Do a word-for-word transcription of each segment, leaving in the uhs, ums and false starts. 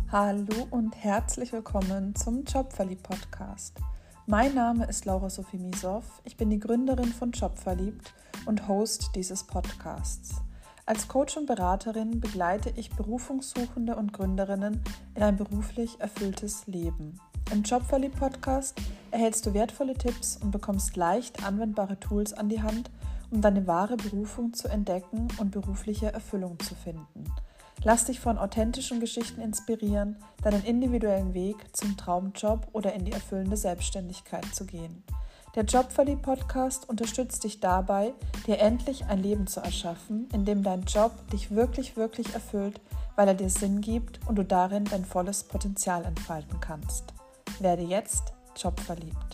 Hallo und herzlich willkommen zum Jobverliebt Podcast. Mein Name ist Laura Sophie Misow, ich bin die Gründerin von Jobverliebt und Host dieses Podcasts. Als Coach und Beraterin begleite ich Berufungssuchende und Gründerinnen in ein beruflich erfülltes Leben. Im Jobverliebt Podcast erhältst du wertvolle Tipps und bekommst leicht anwendbare Tools an die Hand, um deine wahre Berufung zu entdecken und berufliche Erfüllung zu finden. Lass dich von authentischen Geschichten inspirieren, deinen individuellen Weg zum Traumjob oder in die erfüllende Selbstständigkeit zu gehen. Der Jobverliebt-Podcast unterstützt dich dabei, dir endlich ein Leben zu erschaffen, in dem dein Job dich wirklich, wirklich erfüllt, weil er dir Sinn gibt und du darin dein volles Potenzial entfalten kannst. Werde jetzt jobverliebt.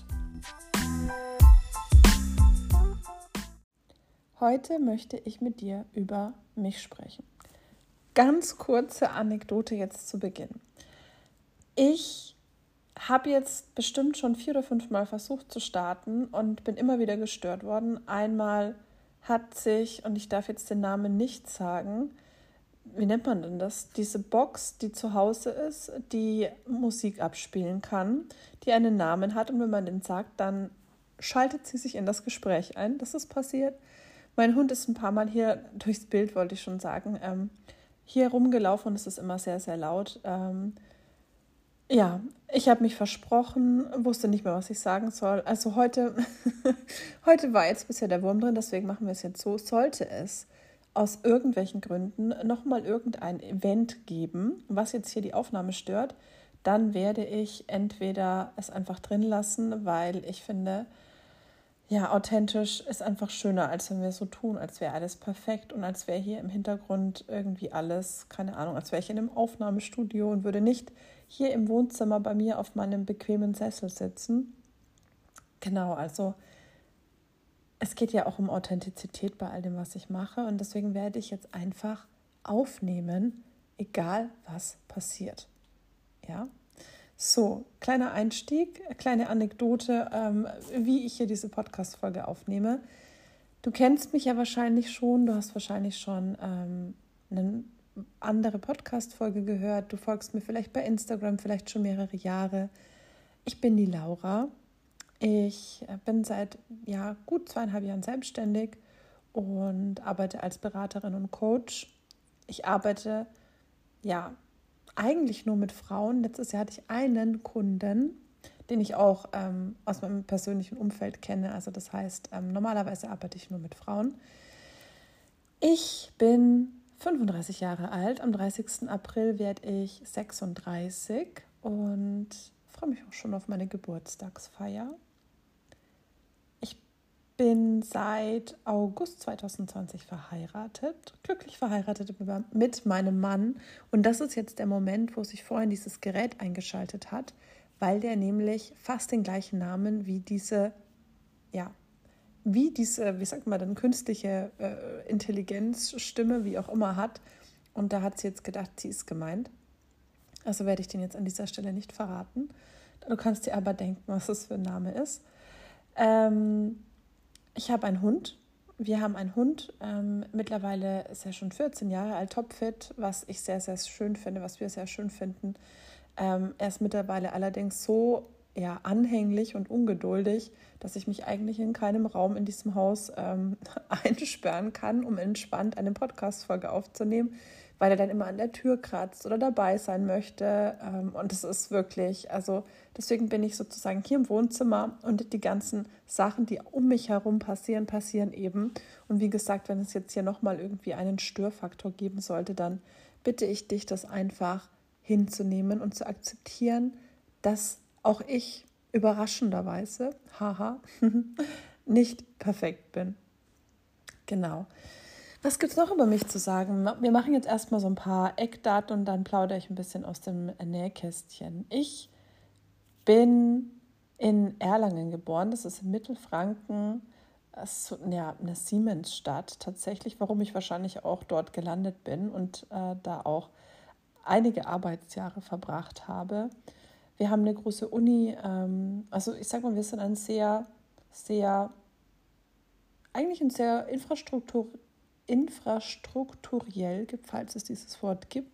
Heute möchte ich mit dir über mich sprechen. Ganz kurze Anekdote jetzt zu Beginn. Ich habe jetzt bestimmt schon vier oder fünf Mal versucht zu starten und bin immer wieder gestört worden. Einmal hat sich, und ich darf jetzt den Namen nicht sagen, wie nennt man denn das? Diese Box, die zu Hause ist, die Musik abspielen kann, die einen Namen hat und wenn man den sagt, dann schaltet sie sich in das Gespräch ein. Das ist passiert. Mein Hund ist ein paar Mal hier durchs Bild, wollte ich schon sagen, ähm, hier rumgelaufen und es ist immer sehr, sehr laut. Ähm, ja, ich habe mich versprochen, wusste nicht mehr, was ich sagen soll. Also heute, heute war jetzt bisher der Wurm drin, deswegen machen wir es jetzt so. Sollte es aus irgendwelchen Gründen nochmal irgendein Event geben, was jetzt hier die Aufnahme stört, dann werde ich entweder es einfach drin lassen, weil ich finde, ja, authentisch ist einfach schöner, als wenn wir so tun, als wäre alles perfekt und als wäre hier im Hintergrund irgendwie alles, keine Ahnung, als wäre ich in einem Aufnahmestudio und würde nicht hier im Wohnzimmer bei mir auf meinem bequemen Sessel sitzen. Genau, also es geht ja auch um Authentizität bei all dem, was ich mache und deswegen werde ich jetzt einfach aufnehmen, egal was passiert. Ja. So, kleiner Einstieg, kleine Anekdote, ähm, wie ich hier diese Podcast-Folge aufnehme. Du kennst mich ja wahrscheinlich schon, du hast wahrscheinlich schon ähm, eine andere Podcast-Folge gehört, du folgst mir vielleicht bei Instagram, vielleicht schon mehrere Jahre. Ich bin die Laura, ich bin seit ja, gut zweieinhalb Jahren selbstständig und arbeite als Beraterin und Coach. Ich arbeite, ja, eigentlich nur mit Frauen. Letztes Jahr hatte ich einen Kunden, den ich auch ähm, aus meinem persönlichen Umfeld kenne. Also das heißt, ähm, normalerweise arbeite ich nur mit Frauen. Ich bin fünfunddreißig Jahre alt. Am dreißigsten April werde ich sechsunddreißig und freue mich auch schon auf meine Geburtstagsfeier. Bin seit August zweitausendzwanzig verheiratet, glücklich verheiratet mit meinem Mann. Und das ist jetzt der Moment, wo sich vorhin dieses Gerät eingeschaltet hat, weil der nämlich fast den gleichen Namen wie diese, ja, wie diese, wie sagt man denn, künstliche äh, Intelligenzstimme, wie auch immer hat. Und da hat sie jetzt gedacht, sie ist gemeint. Also werde ich den jetzt an dieser Stelle nicht verraten. Du kannst dir aber denken, was das für ein Name ist. Ähm, Ich habe einen Hund. Wir haben einen Hund. Ähm, mittlerweile ist er schon vierzehn Jahre alt, topfit, was ich sehr, sehr schön finde, was wir sehr schön finden. Ähm, er ist mittlerweile allerdings so ja, anhänglich und ungeduldig, dass ich mich eigentlich in keinem Raum in diesem Haus ähm, einsperren kann, um entspannt eine Podcast-Folge aufzunehmen, weil er dann immer an der Tür kratzt oder dabei sein möchte. Ähm, und es ist wirklich, also deswegen bin ich sozusagen hier im Wohnzimmer und die ganzen Sachen, die um mich herum passieren, passieren eben. Und wie gesagt, wenn es jetzt hier nochmal irgendwie einen Störfaktor geben sollte, dann bitte ich dich, das einfach hinzunehmen und zu akzeptieren, dass auch ich überraschenderweise, haha, nicht perfekt bin. Genau. Was gibt es noch über mich zu sagen? Wir machen jetzt erstmal so ein paar Eckdaten und dann plaudere ich ein bisschen aus dem Nähkästchen. Ich bin in Erlangen geboren, das ist in Mittelfranken, das ist ja, eine Siemensstadt tatsächlich, warum ich wahrscheinlich auch dort gelandet bin und äh, da auch einige Arbeitsjahre verbracht habe. Wir haben eine große Uni, ähm, also ich sag mal, wir sind ein sehr, sehr, eigentlich ein sehr Infrastruktur infrastrukturiell, falls es dieses Wort gibt,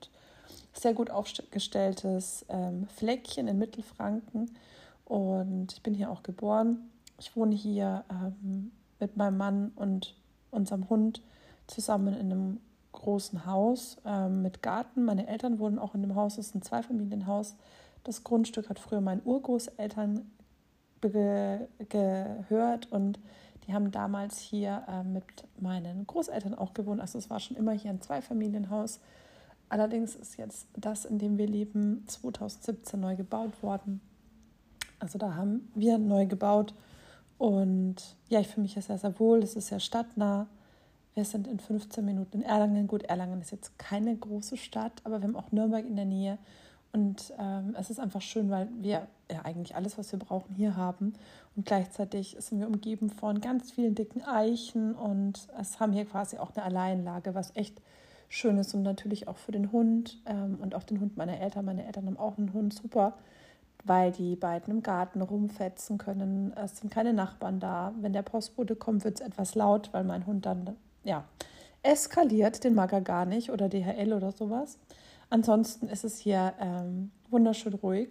sehr gut aufgestelltes ähm, Fleckchen in Mittelfranken und ich bin hier auch geboren. Ich wohne hier ähm, mit meinem Mann und unserem Hund zusammen in einem großen Haus ähm, mit Garten. Meine Eltern wohnen auch in dem Haus, es ist ein Zweifamilienhaus. Das Grundstück hat früher meinen Urgroßeltern be- gehört und die haben damals hier äh, mit meinen Großeltern auch gewohnt. Also es war schon immer hier ein Zweifamilienhaus. Allerdings ist jetzt das, in dem wir leben, zwanzig siebzehn neu gebaut worden. Also da haben wir neu gebaut. Und ja, ich fühle mich hier sehr, sehr wohl. Es ist sehr stadtnah. Wir sind in fünfzehn Minuten in Erlangen. Gut, Erlangen ist jetzt keine große Stadt, aber wir haben auch Nürnberg in der Nähe. Und ähm, es ist einfach schön, weil wir ja eigentlich alles, was wir brauchen, hier haben. Und gleichzeitig sind wir umgeben von ganz vielen dicken Eichen und es haben hier quasi auch eine Alleinlage, was echt schön ist. Und natürlich auch für den Hund ähm, und auch den Hund meiner Eltern. Meine Eltern haben auch einen Hund, super, weil die beiden im Garten rumfetzen können. Es sind keine Nachbarn da. Wenn der Postbote kommt, wird es etwas laut, weil mein Hund dann ja eskaliert. Den mag er gar nicht oder D H L oder sowas. Ansonsten ist es hier ähm, wunderschön ruhig.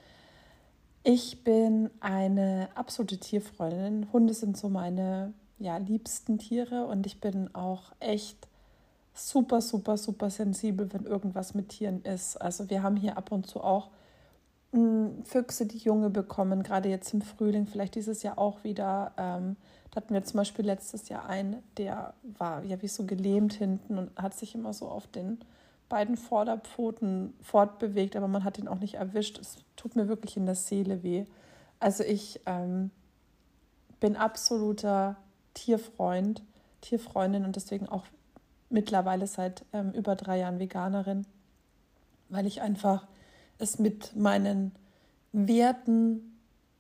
Ich bin eine absolute Tierfreundin. Hunde sind so meine ja, liebsten Tiere und ich bin auch echt super, super, super sensibel, wenn irgendwas mit Tieren ist. Also wir haben hier ab und zu auch mh, Füchse, die Junge bekommen, gerade jetzt im Frühling, vielleicht dieses Jahr auch wieder. Ähm, da hatten wir zum Beispiel letztes Jahr einen, der war ja wie so gelähmt hinten und hat sich immer so auf den beiden Vorderpfoten fortbewegt, aber man hat ihn auch nicht erwischt. Es tut mir wirklich in der Seele weh. Also ich ähm, bin absoluter Tierfreund, Tierfreundin und deswegen auch mittlerweile seit ähm, über drei Jahren Veganerin, weil ich einfach es mit meinen Werten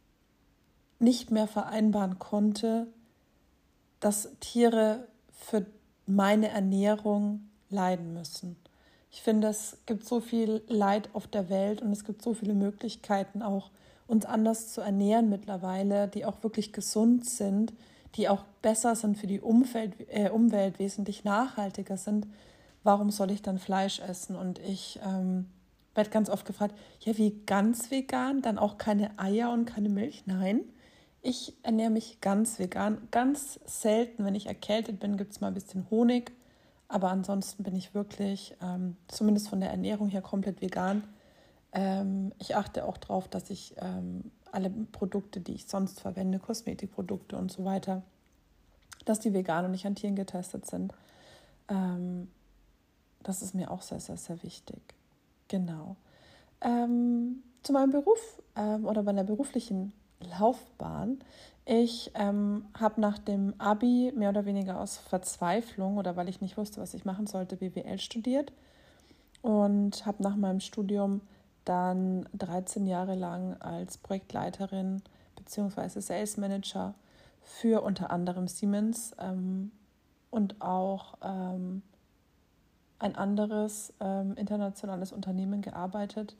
nicht mehr vereinbaren konnte, dass Tiere für meine Ernährung leiden müssen. Ich finde, es gibt so viel Leid auf der Welt und es gibt so viele Möglichkeiten, auch uns anders zu ernähren mittlerweile, die auch wirklich gesund sind, die auch besser sind für die Umwelt, äh, Umwelt wesentlich nachhaltiger sind. Warum soll ich dann Fleisch essen? Und ich ähm, werde ganz oft gefragt, ja, wie ganz vegan? Dann auch keine Eier und keine Milch? Nein, ich ernähre mich ganz vegan. Ganz selten, wenn ich erkältet bin, gibt es mal ein bisschen Honig. Aber ansonsten bin ich wirklich, ähm, zumindest von der Ernährung her, komplett vegan. Ähm, ich achte auch darauf, dass ich ähm, alle Produkte, die ich sonst verwende, Kosmetikprodukte und so weiter, dass die vegan und nicht an Tieren getestet sind. Ähm, das ist mir auch sehr, sehr, sehr wichtig. Genau. Ähm, zu meinem Beruf ähm, oder meiner beruflichen Laufbahn. Ich ähm, habe nach dem Abi mehr oder weniger aus Verzweiflung oder weil ich nicht wusste, was ich machen sollte, B W L studiert und habe nach meinem Studium dann dreizehn Jahre lang als Projektleiterin bzw. Sales Manager für unter anderem Siemens ähm, und auch ähm, ein anderes ähm, internationales Unternehmen gearbeitet.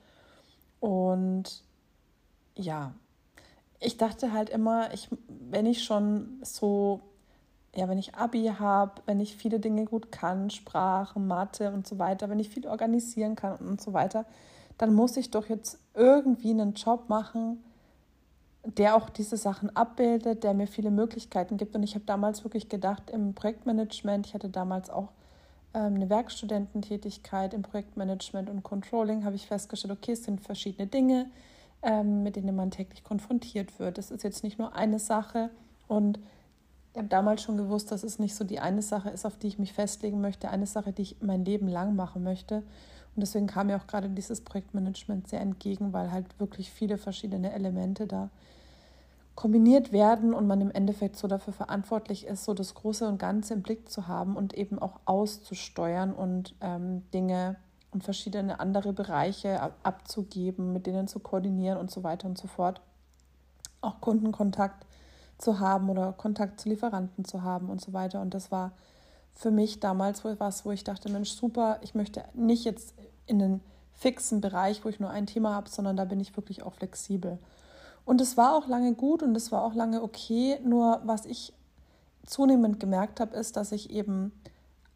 Und ja, ich dachte halt immer, ich, wenn ich schon so, ja, wenn ich Abi habe, wenn ich viele Dinge gut kann, Sprachen, Mathe und so weiter, wenn ich viel organisieren kann und so weiter, dann muss ich doch jetzt irgendwie einen Job machen, der auch diese Sachen abbildet, der mir viele Möglichkeiten gibt. Und ich habe damals wirklich gedacht, im Projektmanagement, ich hatte damals auch ähm, eine Werkstudententätigkeit im Projektmanagement und Controlling, habe ich festgestellt, okay, es sind verschiedene Dinge, ähm, mit denen man täglich konfrontiert wird. Das ist jetzt nicht nur eine Sache und ich habe damals schon gewusst, dass es nicht so die eine Sache ist, auf die ich mich festlegen möchte, eine Sache, die ich mein Leben lang machen möchte. Und deswegen kam mir auch gerade dieses Projektmanagement sehr entgegen, weil halt wirklich viele verschiedene Elemente da kombiniert werden und man im Endeffekt so dafür verantwortlich ist, so das Große und Ganze im Blick zu haben und eben auch auszusteuern und ähm, Dinge und verschiedene andere Bereiche ab- abzugeben, mit denen zu koordinieren und so weiter und so fort. Auch Kundenkontakt zu haben oder Kontakt zu Lieferanten zu haben und so weiter. Und das war für mich damals was, wo ich dachte, Mensch, super, ich möchte nicht jetzt in einen fixen Bereich, wo ich nur ein Thema habe, sondern da bin ich wirklich auch flexibel. Und es war auch lange gut und es war auch lange okay, nur was ich zunehmend gemerkt habe, ist, dass ich eben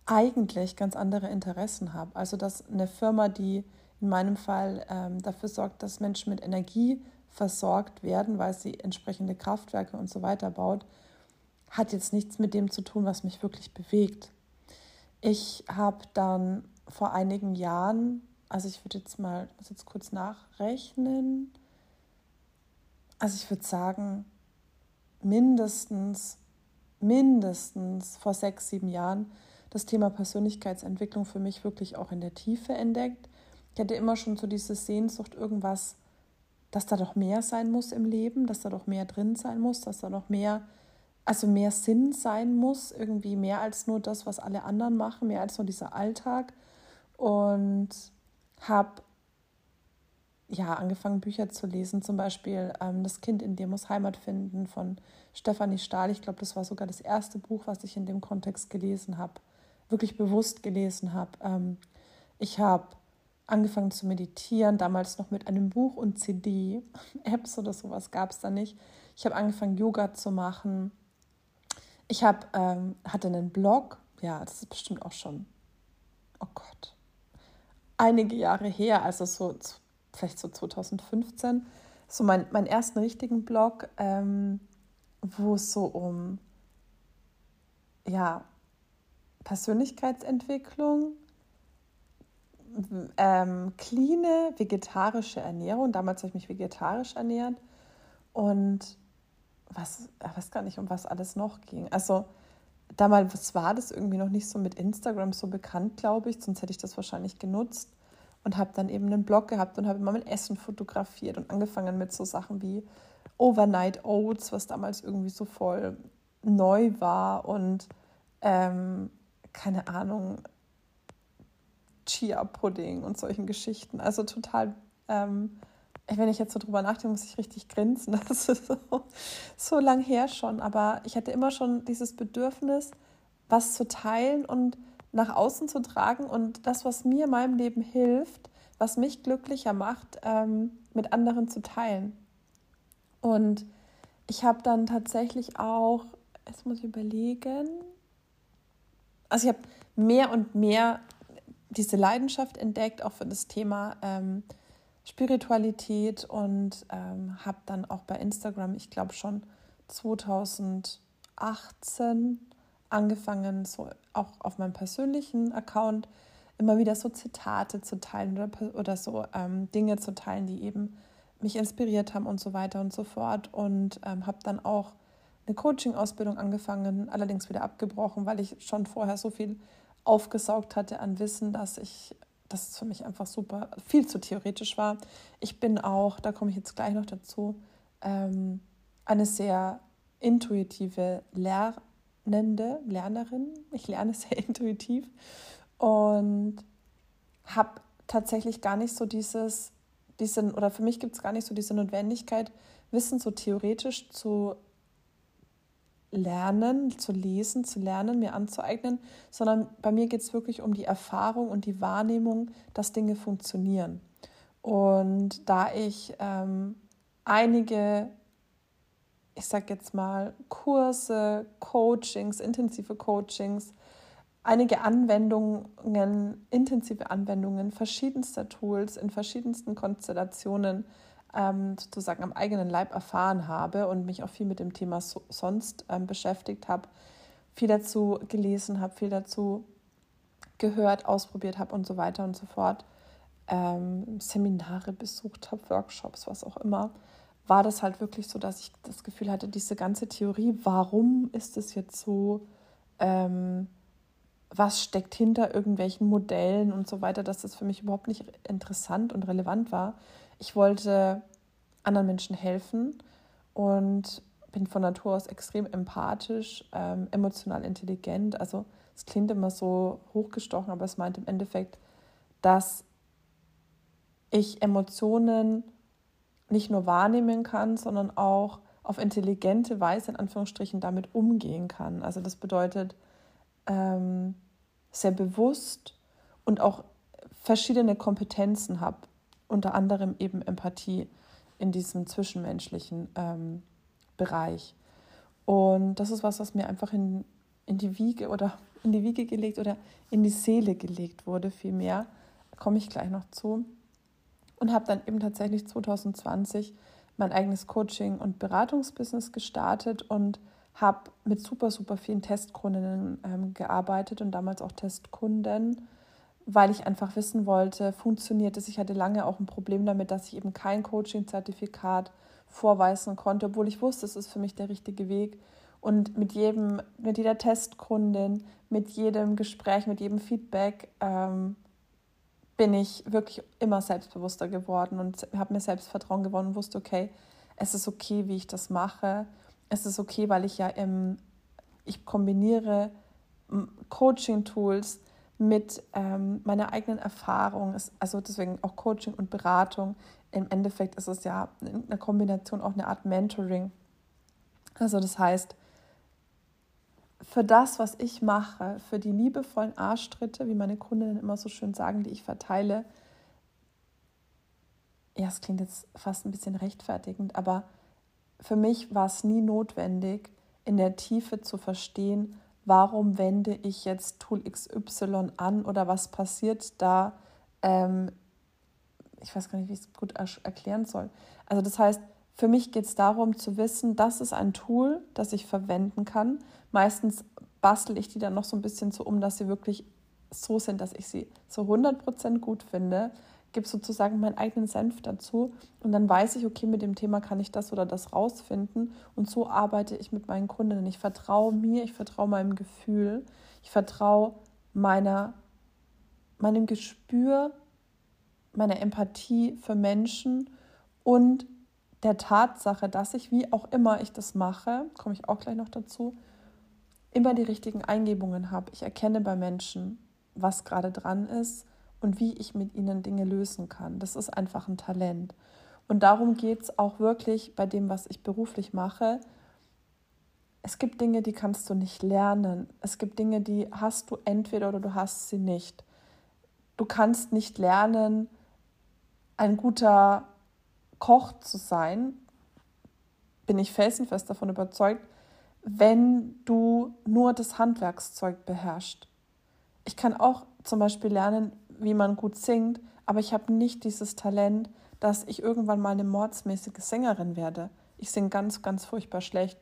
eigentlich ganz andere Interessen habe. Also dass eine Firma, die in meinem Fall ähm, dafür sorgt, dass Menschen mit Energie versorgt werden, weil sie entsprechende Kraftwerke und so weiter baut, hat jetzt nichts mit dem zu tun, was mich wirklich bewegt. Ich habe dann vor einigen Jahren, also ich würde jetzt mal, ich muss jetzt kurz nachrechnen, also ich würde sagen, mindestens, mindestens vor sechs, sieben Jahren das Thema Persönlichkeitsentwicklung für mich wirklich auch in der Tiefe entdeckt. Ich hatte immer schon so diese Sehnsucht, irgendwas, dass da doch mehr sein muss im Leben, dass da doch mehr drin sein muss, dass da noch mehr, also mehr Sinn sein muss, irgendwie mehr als nur das, was alle anderen machen, mehr als nur dieser Alltag. Und habe ja, angefangen, Bücher zu lesen, zum Beispiel ähm, Das Kind in dir muss Heimat finden von Stefanie Stahl. Ich glaube, das war sogar das erste Buch, was ich in dem Kontext gelesen habe, wirklich bewusst gelesen habe. Ähm, ich habe angefangen zu meditieren, damals noch mit einem Buch und C D. Apps oder sowas gab es da nicht. Ich habe angefangen, Yoga zu machen. Ich hab, ähm, hatte einen Blog, ja, das ist bestimmt auch schon, oh Gott, einige Jahre her, also so vielleicht so zwanzig fünfzehn, so mein, meinen ersten richtigen Blog, ähm, wo es so um ja, Persönlichkeitsentwicklung, ähm, cleane, vegetarische Ernährung, damals habe ich mich vegetarisch ernährt und was, ich weiß gar nicht, um was alles noch ging. Also damals war das irgendwie noch nicht so mit Instagram so bekannt, glaube ich, sonst hätte ich das wahrscheinlich genutzt. Und habe dann eben einen Blog gehabt und habe immer mein Essen fotografiert und angefangen mit so Sachen wie Overnight Oats, was damals irgendwie so voll neu war und ähm, keine Ahnung, Chia-Pudding und solchen Geschichten. Also total, ähm, wenn ich jetzt so drüber nachdenke, muss ich richtig grinsen. Das ist so, so lang her schon, aber ich hatte immer schon dieses Bedürfnis, was zu teilen und nach außen zu tragen und das, was mir in meinem Leben hilft, was mich glücklicher macht, ähm, mit anderen zu teilen. Und ich habe dann tatsächlich auch, jetzt muss ich überlegen, also ich habe mehr und mehr diese Leidenschaft entdeckt, auch für das Thema ähm, Spiritualität und ähm, habe dann auch bei Instagram, ich glaube schon zwanzig achtzehn, angefangen, so auch auf meinem persönlichen Account immer wieder so Zitate zu teilen oder, oder so ähm, Dinge zu teilen, die eben mich inspiriert haben und so weiter und so fort. Und ähm, habe dann auch eine Coaching-Ausbildung angefangen, allerdings wieder abgebrochen, weil ich schon vorher so viel aufgesaugt hatte an Wissen, dass ich, dass es für mich einfach super, viel zu theoretisch war. Ich bin auch, da komme ich jetzt gleich noch dazu, ähm, eine sehr intuitive Lernende, Lernerin. Ich lerne sehr intuitiv und habe tatsächlich gar nicht so dieses, diesen, oder für mich gibt es gar nicht so diese Notwendigkeit, Wissen so theoretisch zu lernen, zu lesen, zu lernen, mir anzueignen, sondern bei mir geht es wirklich um die Erfahrung und die Wahrnehmung, dass Dinge funktionieren. Und da ich ähm, einige, ich sag jetzt mal, Kurse, Coachings, intensive Coachings, einige Anwendungen, intensive Anwendungen verschiedenster Tools in verschiedensten Konstellationen ähm, sozusagen am eigenen Leib erfahren habe und mich auch viel mit dem Thema so, sonst ähm, beschäftigt habe, viel dazu gelesen habe, viel dazu gehört, ausprobiert habe und so weiter und so fort, ähm, Seminare besucht habe, Workshops, was auch immer, war das halt wirklich so, dass ich das Gefühl hatte, diese ganze Theorie, warum ist es jetzt so, ähm, was steckt hinter irgendwelchen Modellen und so weiter, dass das für mich überhaupt nicht interessant und relevant war. Ich wollte anderen Menschen helfen und bin von Natur aus extrem empathisch, ähm, emotional intelligent. Also es klingt immer so hochgestochen, aber es meint im Endeffekt, dass ich Emotionen nicht nur wahrnehmen kann, sondern auch auf intelligente Weise in Anführungsstrichen damit umgehen kann. Also das bedeutet, ähm, sehr bewusst und auch verschiedene Kompetenzen habe, unter anderem eben Empathie in diesem zwischenmenschlichen ähm, Bereich. Und das ist was, was mir einfach in, in die Wiege oder in die Wiege gelegt oder in die Seele gelegt wurde vielmehr. Da komme ich gleich noch zu. Und habe dann eben tatsächlich zwanzig zwanzig mein eigenes Coaching- und Beratungsbusiness gestartet und habe mit super, super vielen Testkundinnen ähm, gearbeitet und damals auch Testkunden, weil ich einfach wissen wollte, funktioniert es. Ich hatte lange auch ein Problem damit, dass ich eben kein Coaching-Zertifikat vorweisen konnte, obwohl ich wusste, es ist für mich der richtige Weg. Und mit jedem, mit jeder Testkundin, mit jedem Gespräch, mit jedem Feedback ähm, bin ich wirklich immer selbstbewusster geworden und habe mir Selbstvertrauen gewonnen und wusste, okay, es ist okay, wie ich das mache. Es ist okay, weil ich ja im, ich kombiniere Coaching-Tools mit ähm, meiner eigenen Erfahrung, also deswegen auch Coaching und Beratung. Im Endeffekt ist es ja in einer Kombination auch eine Art Mentoring. Also das heißt, für das, was ich mache, für die liebevollen Arschtritte, wie meine Kundinnen immer so schön sagen, die ich verteile, ja, es klingt jetzt fast ein bisschen rechtfertigend, aber für mich war es nie notwendig, in der Tiefe zu verstehen, warum wende ich jetzt Tool X Y an oder was passiert da. Ähm, ich weiß gar nicht, wie ich es gut erklären soll. Also das heißt, für mich geht es darum zu wissen, das ist ein Tool, das ich verwenden kann. Meistens bastel ich die dann noch so ein bisschen so um, dass sie wirklich so sind, dass ich sie so hundert Prozent gut finde. Gebe sozusagen meinen eigenen Senf dazu und dann weiß ich, okay, mit dem Thema kann ich das oder das rausfinden und so arbeite ich mit meinen Kundinnen. Ich vertraue mir, ich vertraue meinem Gefühl, ich vertraue meiner, meinem Gespür, meiner Empathie für Menschen und der Tatsache, dass ich, wie auch immer ich das mache, komme ich auch gleich noch dazu, immer die richtigen Eingebungen habe. Ich erkenne bei Menschen, was gerade dran ist und wie ich mit ihnen Dinge lösen kann. Das ist einfach ein Talent. Und darum geht es auch wirklich bei dem, was ich beruflich mache. Es gibt Dinge, die kannst du nicht lernen. Es gibt Dinge, die hast du entweder oder du hast sie nicht. Du kannst nicht lernen, ein guter Koch zu sein, bin ich felsenfest davon überzeugt, wenn du nur das Handwerkszeug beherrschst. Ich kann auch zum Beispiel lernen, wie man gut singt, aber ich habe nicht dieses Talent, dass ich irgendwann mal eine mordsmäßige Sängerin werde. Ich singe ganz, ganz furchtbar schlecht.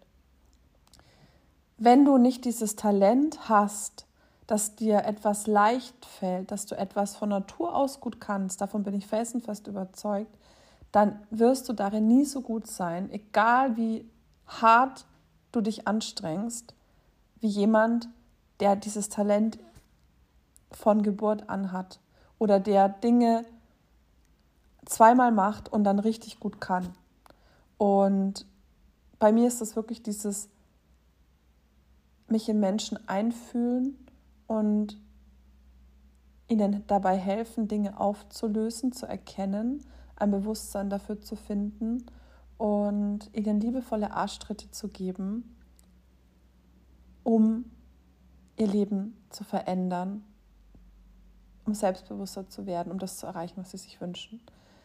Wenn du nicht dieses Talent hast, dass dir etwas leicht fällt, dass du etwas von Natur aus gut kannst, davon bin ich felsenfest überzeugt, dann wirst du darin nie so gut sein, egal wie hart du dich anstrengst, wie jemand, der dieses Talent von Geburt an hat oder der Dinge zweimal macht und dann richtig gut kann. Und bei mir ist das wirklich dieses mich in Menschen einfühlen und ihnen dabei helfen, Dinge aufzulösen, zu erkennen, ein Bewusstsein dafür zu finden und ihnen liebevolle Arschtritte zu geben, um ihr Leben zu verändern, um selbstbewusster zu werden, um das zu erreichen, was sie sich wünschen.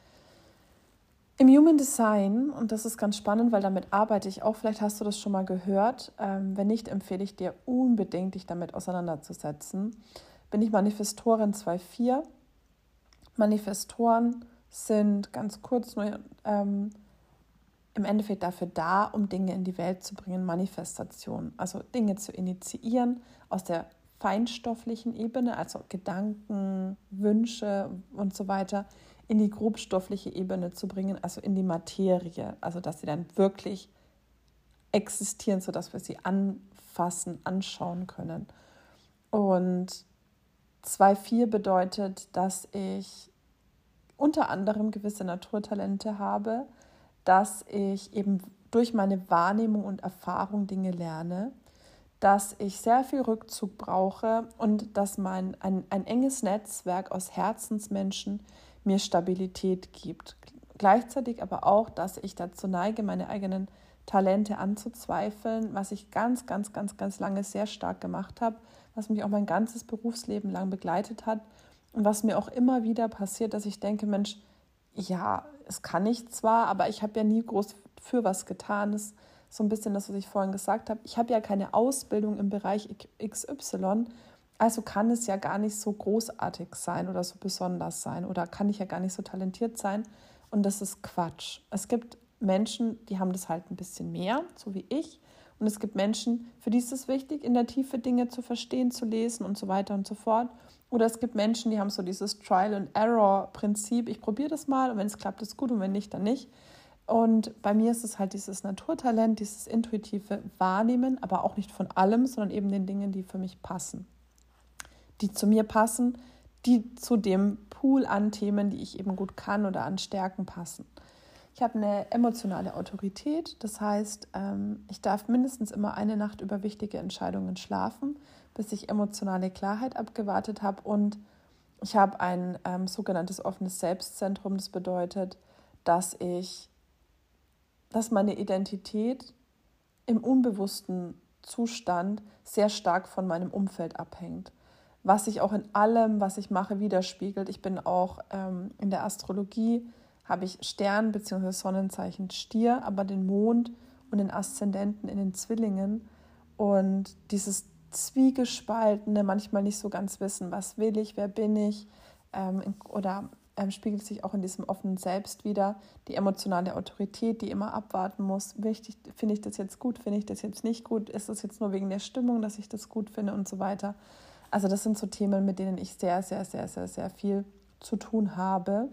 Im Human Design, und das ist ganz spannend, weil damit arbeite ich auch, vielleicht hast du das schon mal gehört, ähm, wenn nicht, empfehle ich dir unbedingt, dich damit auseinanderzusetzen, bin ich Manifestorin zwei vier. Manifestoren sind ganz kurz nur ähm, im Endeffekt dafür da, um Dinge in die Welt zu bringen, Manifestation, also Dinge zu initiieren aus der feinstofflichen Ebene, also Gedanken, Wünsche und so weiter, in die grobstoffliche Ebene zu bringen, also in die Materie, also dass sie dann wirklich existieren, sodass wir sie anfassen, anschauen können. Und zwei vier bedeutet, dass ich unter anderem gewisse Naturtalente habe, dass ich eben durch meine Wahrnehmung und Erfahrung Dinge lerne, dass ich sehr viel Rückzug brauche und dass mein, ein, ein enges Netzwerk aus Herzensmenschen mir Stabilität gibt. Gleichzeitig aber auch, dass ich dazu neige, meine eigenen Talente anzuzweifeln, was ich ganz, ganz, ganz, ganz lange sehr stark gemacht habe, was mich auch mein ganzes Berufsleben lang begleitet hat und was mir auch immer wieder passiert, dass ich denke, Mensch, ja, es kann ich zwar, aber ich habe ja nie groß für was getan. Das ist so ein bisschen das, was ich vorhin gesagt habe. Ich habe ja keine Ausbildung im Bereich X Y. Also kann es ja gar nicht so großartig sein oder so besonders sein oder kann ich ja gar nicht so talentiert sein. Und das ist Quatsch. Es gibt Menschen, die haben das halt ein bisschen mehr, so wie ich. Und es gibt Menschen, für die ist es wichtig, in der Tiefe Dinge zu verstehen, zu lesen und so weiter und so fort. Oder es gibt Menschen, die haben so dieses Trial-and-Error-Prinzip. Ich probiere das mal und wenn es klappt, ist gut und wenn nicht, dann nicht. Und bei mir ist es halt dieses Naturtalent, dieses intuitive Wahrnehmen, aber auch nicht von allem, sondern eben den Dingen, die für mich passen. Die zu mir passen, die zu dem Pool an Themen, die ich eben gut kann oder an Stärken passen. Ich habe eine emotionale Autorität, das heißt, ich darf mindestens immer eine Nacht über wichtige Entscheidungen schlafen, bis ich emotionale Klarheit abgewartet habe, und ich habe ein ähm, sogenanntes offenes Selbstzentrum. Das bedeutet, dass ich, dass meine Identität im unbewussten Zustand sehr stark von meinem Umfeld abhängt, was sich auch in allem, was ich mache, widerspiegelt. Ich bin auch ähm, in der Astrologie, habe ich Stern- bzw. Sonnenzeichen Stier, aber den Mond und den Aszendenten in den Zwillingen. Und dieses Zwiegespaltene, manchmal nicht so ganz wissen, was will ich, wer bin ich, ähm, oder ähm, spiegelt sich auch in diesem offenen Selbst wieder. Die emotionale Autorität, die immer abwarten muss, wichtig, finde ich das jetzt gut, finde ich das jetzt nicht gut, ist es jetzt nur wegen der Stimmung, dass ich das gut finde und so weiter. Also das sind so Themen, mit denen ich sehr, sehr, sehr, sehr, sehr viel zu tun habe.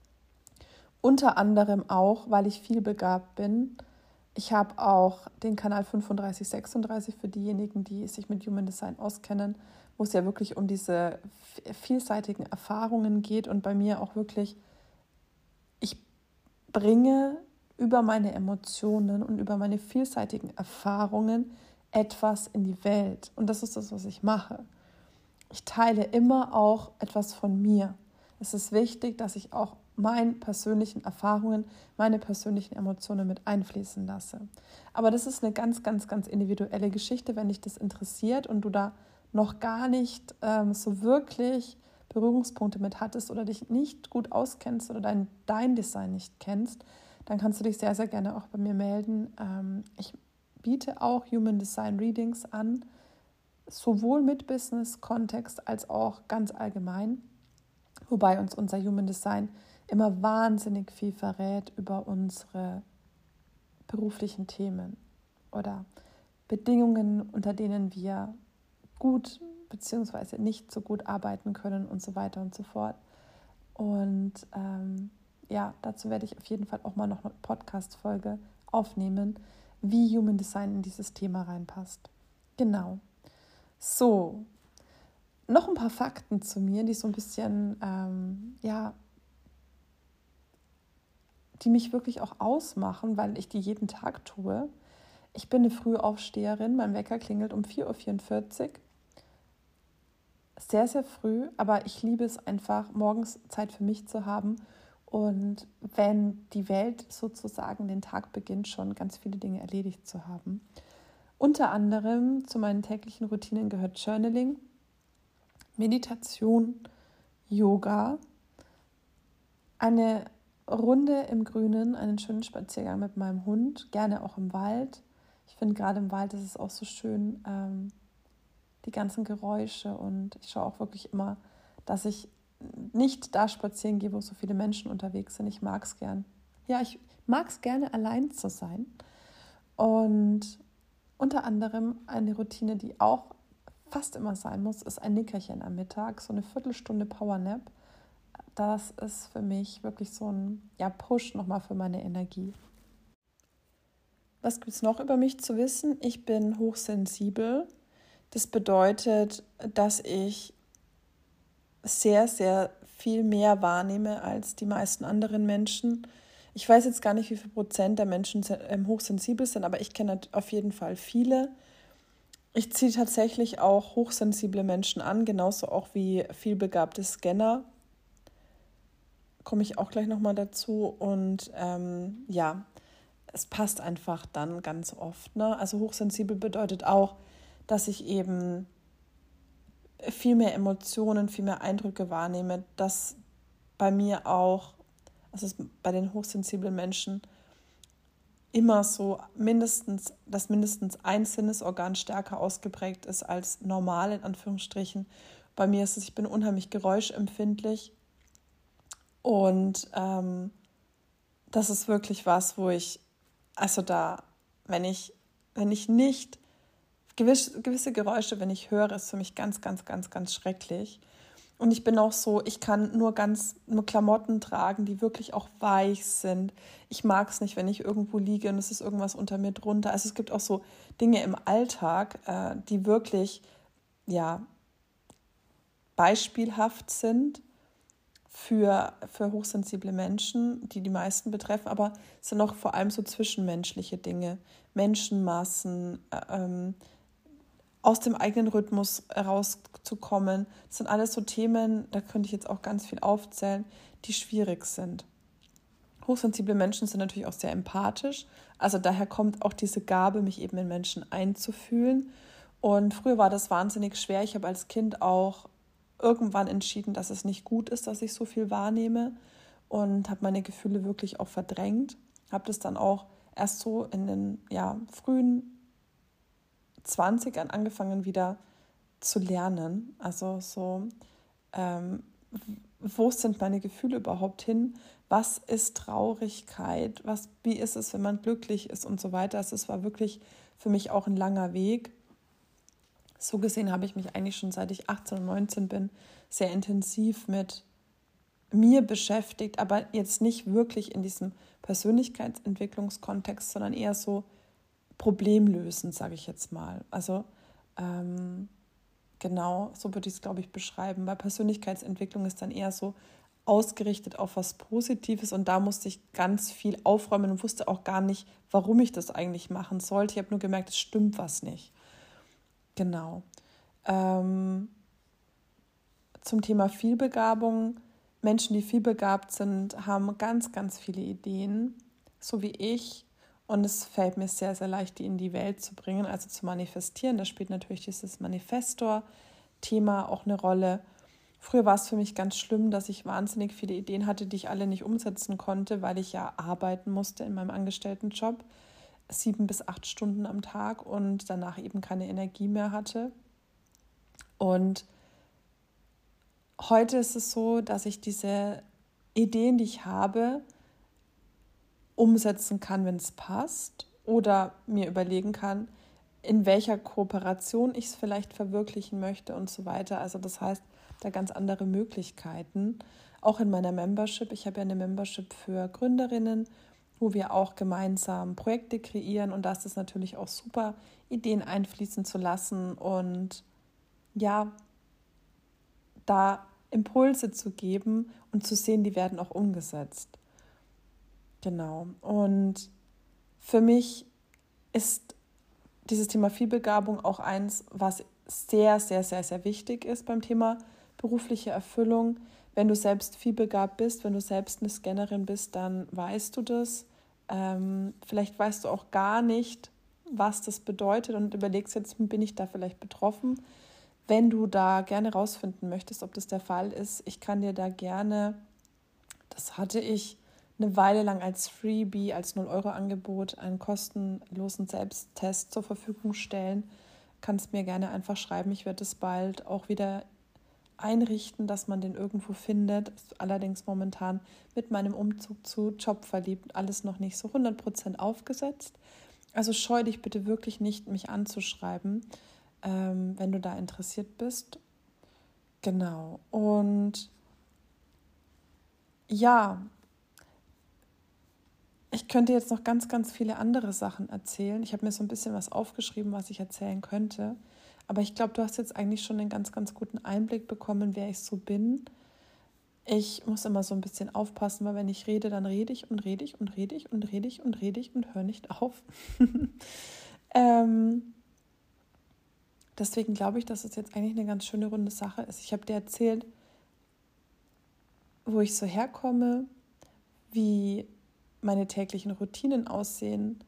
Unter anderem auch, weil ich vielbegabt bin. Ich habe auch den Kanal fünfunddreißig sechsunddreißig für diejenigen, die sich mit Human Design auskennen, wo es ja wirklich um diese vielseitigen Erfahrungen geht und bei mir auch wirklich, ich bringe über meine Emotionen und über meine vielseitigen Erfahrungen etwas in die Welt. Und das ist das, was ich mache. Ich teile immer auch etwas von mir. Es ist wichtig, dass ich auch meine persönlichen Erfahrungen, meine persönlichen Emotionen mit einfließen lasse. Aber das ist eine ganz, ganz, ganz individuelle Geschichte, wenn dich das interessiert und du da noch gar nicht ähm, so wirklich Berührungspunkte mit hattest oder dich nicht gut auskennst oder dein, dein Design nicht kennst, dann kannst du dich sehr, sehr gerne auch bei mir melden. Ähm, ich biete auch Human Design Readings an, sowohl mit Business-Kontext als auch ganz allgemein, wobei uns unser Human Design immer wahnsinnig viel verrät über unsere beruflichen Themen oder Bedingungen, unter denen wir gut bzw. nicht so gut arbeiten können und so weiter und so fort. Und ähm, ja, dazu werde ich auf jeden Fall auch mal noch eine Podcast-Folge aufnehmen, wie Human Design in dieses Thema reinpasst. Genau. So, noch ein paar Fakten zu mir, die so ein bisschen, ähm, ja, die mich wirklich auch ausmachen, weil ich die jeden Tag tue. Ich bin eine Frühaufsteherin, mein Wecker klingelt um vier Uhr vierundvierzig. Sehr, sehr früh, aber ich liebe es einfach, morgens Zeit für mich zu haben und wenn die Welt sozusagen den Tag beginnt, schon ganz viele Dinge erledigt zu haben. Unter anderem zu meinen täglichen Routinen gehört Journaling, Meditation, Yoga, eine Runde im Grünen, einen schönen Spaziergang mit meinem Hund, gerne auch im Wald. Ich finde, gerade im Wald ist es auch so schön, ähm, die ganzen Geräusche, und ich schaue auch wirklich immer, dass ich nicht da spazieren gehe, wo so viele Menschen unterwegs sind. Ich mag es gern. Ja, ich mag es gerne, allein zu sein. Und unter anderem eine Routine, die auch fast immer sein muss, ist ein Nickerchen am Mittag, so eine Viertelstunde Powernap. Das ist für mich wirklich so ein ja, Push nochmal für meine Energie. Was gibt es noch über mich zu wissen? Ich bin hochsensibel. Das bedeutet, dass ich sehr, sehr viel mehr wahrnehme als die meisten anderen Menschen. Ich weiß jetzt gar nicht, wie viel Prozent der Menschen hochsensibel sind, aber ich kenne auf jeden Fall viele. Ich ziehe tatsächlich auch hochsensible Menschen an, genauso auch wie vielbegabte Scanner. Komme ich auch gleich nochmal dazu. Und ähm, ja, es passt einfach dann ganz oft. Ne? Also hochsensibel bedeutet auch, dass ich eben viel mehr Emotionen, viel mehr Eindrücke wahrnehme, dass bei mir auch, also bei den hochsensiblen Menschen, immer so mindestens, dass mindestens ein Sinnesorgan stärker ausgeprägt ist als normal, in Anführungsstrichen. Bei mir ist es, ich bin unheimlich geräuschempfindlich und ähm, das ist wirklich was, wo ich, also da, wenn ich, wenn ich nicht, gewisse, gewisse Geräusche, wenn ich höre, ist für mich ganz, ganz, ganz, ganz schrecklich. Und ich bin auch so, ich kann nur ganz, nur Klamotten tragen, die wirklich auch weich sind. Ich mag es nicht, wenn ich irgendwo liege und es ist irgendwas unter mir drunter. Also es gibt auch so Dinge im Alltag, äh, die wirklich, ja, beispielhaft sind für, für hochsensible Menschen, die die meisten betreffen, aber es sind auch vor allem so zwischenmenschliche Dinge, Menschenmassen, äh, ähm, aus dem eigenen Rhythmus rauszukommen. Das sind alles so Themen, da könnte ich jetzt auch ganz viel aufzählen, die schwierig sind. Hochsensible Menschen sind natürlich auch sehr empathisch, also daher kommt auch diese Gabe, mich eben in Menschen einzufühlen. Und früher war das wahnsinnig schwer. Ich habe als Kind auch irgendwann entschieden, dass es nicht gut ist, dass ich so viel wahrnehme und habe meine Gefühle wirklich auch verdrängt. Habe das dann auch erst so in den ja, frühen zwanzigern angefangen wieder zu lernen. Also so, ähm, wo sind meine Gefühle überhaupt hin? Was ist Traurigkeit? Was, wie ist es, wenn man glücklich ist und so weiter? Also es war wirklich für mich auch ein langer Weg. So gesehen habe ich mich eigentlich schon seit ich achtzehn und neunzehn bin sehr intensiv mit mir beschäftigt, aber jetzt nicht wirklich in diesem Persönlichkeitsentwicklungskontext, sondern eher so problemlösend, sage ich jetzt mal. Also ähm, genau, so würde ich es, glaube ich, beschreiben, weil Persönlichkeitsentwicklung ist dann eher so ausgerichtet auf was Positives und da musste ich ganz viel aufräumen und wusste auch gar nicht, warum ich das eigentlich machen sollte. Ich habe nur gemerkt, es stimmt was nicht. Genau. Ähm, zum Thema Vielbegabung. Menschen, die vielbegabt sind, haben ganz, ganz viele Ideen, so wie ich. Und es fällt mir sehr, sehr leicht, die in die Welt zu bringen, also zu manifestieren. Da spielt natürlich dieses Manifestor-Thema auch eine Rolle. Früher war es für mich ganz schlimm, dass ich wahnsinnig viele Ideen hatte, die ich alle nicht umsetzen konnte, weil ich ja arbeiten musste in meinem Angestelltenjob, sieben bis acht Stunden am Tag und danach eben keine Energie mehr hatte. Und heute ist es so, dass ich diese Ideen, die ich habe, umsetzen kann, wenn es passt oder mir überlegen kann, in welcher Kooperation ich es vielleicht verwirklichen möchte und so weiter. Also das heißt, da ganz andere Möglichkeiten. Auch in meiner Membership. Ich habe ja eine Membership für Gründerinnen, wo wir auch gemeinsam Projekte kreieren und da ist es natürlich auch super, Ideen einfließen zu lassen und ja, da Impulse zu geben und zu sehen, die werden auch umgesetzt. Genau. Und für mich ist dieses Thema Vielbegabung auch eins, was sehr, sehr, sehr, sehr wichtig ist beim Thema berufliche Erfüllung. Wenn du selbst vielbegabt bist, wenn du selbst eine Scannerin bist, dann weißt du das. Ähm, vielleicht weißt du auch gar nicht, was das bedeutet und überlegst jetzt, bin ich da vielleicht betroffen? Wenn du da gerne rausfinden möchtest, ob das der Fall ist, ich kann dir da gerne, das hatte ich eine Weile lang als Freebie, als null Euro Angebot, einen kostenlosen Selbsttest zur Verfügung stellen. Kannst mir gerne einfach schreiben, ich werde es bald auch wieder einrichten, dass man den irgendwo findet. Ist allerdings momentan mit meinem Umzug zu Jobverliebt alles noch nicht so hundert Prozent aufgesetzt. Also scheu dich bitte wirklich nicht, mich anzuschreiben, ähm, wenn du da interessiert bist. Genau. Und ja, ich könnte jetzt noch ganz, ganz viele andere Sachen erzählen. Ich habe mir so ein bisschen was aufgeschrieben, was ich erzählen könnte. Aber ich glaube, du hast jetzt eigentlich schon einen ganz, ganz guten Einblick bekommen, wer ich so bin. Ich muss immer so ein bisschen aufpassen, weil wenn ich rede, dann rede ich und rede ich und rede ich und rede ich und rede ich und höre nicht auf. ähm, deswegen glaube ich, dass es jetzt eigentlich eine ganz schöne runde Sache ist. Ich habe dir erzählt, wo ich so herkomme, wie meine täglichen Routinen aussehen,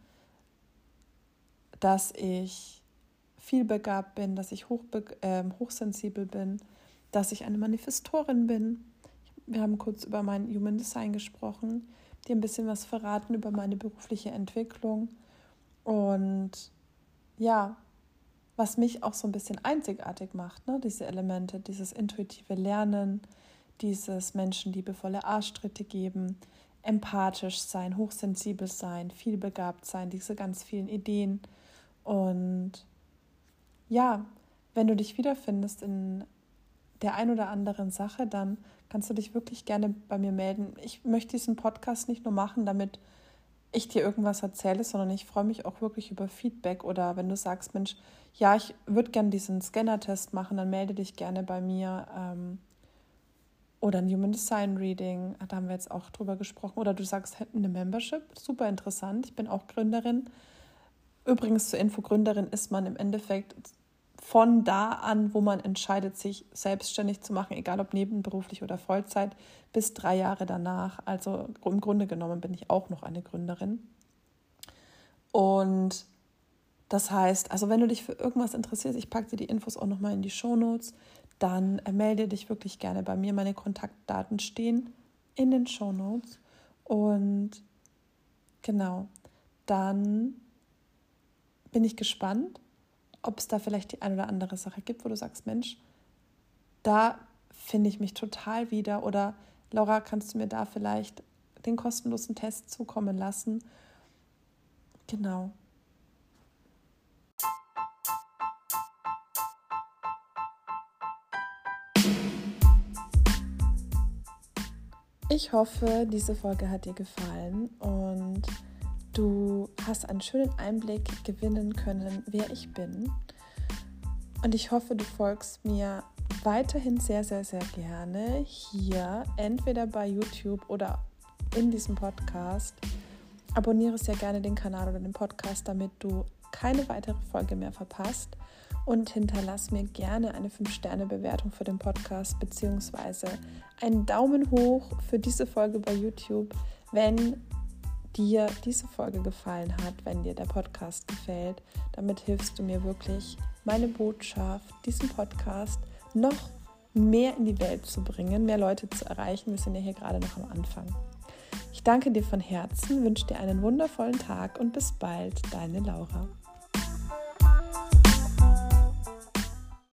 dass ich vielbegabt bin, dass ich hochbe- äh, hochsensibel bin, dass ich eine Manifestorin bin. Wir haben kurz über mein Human Design gesprochen. dir ein bisschen was verraten über meine berufliche Entwicklung und ja, was mich auch so ein bisschen einzigartig macht, ne? Diese Elemente, dieses intuitive Lernen, dieses menschenliebevolle Arschtritte geben, empathisch sein, hochsensibel sein, vielbegabt sein, diese ganz vielen Ideen. Und ja, wenn du dich wiederfindest in der ein oder anderen Sache, dann kannst du dich wirklich gerne bei mir melden. Ich möchte diesen Podcast nicht nur machen, damit ich dir irgendwas erzähle, sondern ich freue mich auch wirklich über Feedback oder wenn du sagst, Mensch, ja, ich würde gerne diesen Scanner-Test machen, dann melde dich gerne bei mir ähm, oder ein Human Design Reading, da haben wir jetzt auch drüber gesprochen, oder du sagst, eine Membership, super interessant, ich bin auch Gründerin. Übrigens zur Info, Gründerin ist man im Endeffekt von da an, wo man entscheidet, sich selbstständig zu machen, egal ob nebenberuflich oder Vollzeit, bis drei Jahre danach. Also im Grunde genommen bin ich auch noch eine Gründerin. Und das heißt, also wenn du dich für irgendwas interessierst, ich packe dir die Infos auch nochmal in die Shownotes, dann melde dich wirklich gerne bei mir. Meine Kontaktdaten stehen in den Shownotes. Und genau, dann bin ich gespannt, ob es da vielleicht die ein oder andere Sache gibt, wo du sagst, Mensch, da finde ich mich total wieder. Oder Laura, kannst du mir da vielleicht den kostenlosen Test zukommen lassen? Genau. Ich hoffe, diese Folge hat dir gefallen und du hast einen schönen Einblick gewinnen können, wer ich bin. Und ich hoffe, du folgst mir weiterhin sehr, sehr, sehr gerne hier, entweder bei YouTube oder in diesem Podcast. Abonniere sehr gerne den Kanal oder den Podcast, damit du keine weitere Folge mehr verpasst. Und hinterlass mir gerne eine fünf Sterne Bewertung für den Podcast beziehungsweise einen Daumen hoch für diese Folge bei YouTube, wenn dir diese Folge gefallen hat, wenn dir der Podcast gefällt. Damit hilfst du mir wirklich, meine Botschaft, diesen Podcast noch mehr in die Welt zu bringen, mehr Leute zu erreichen. Wir sind ja hier gerade noch am Anfang. Ich danke dir von Herzen, wünsche dir einen wundervollen Tag und bis bald, deine Laura.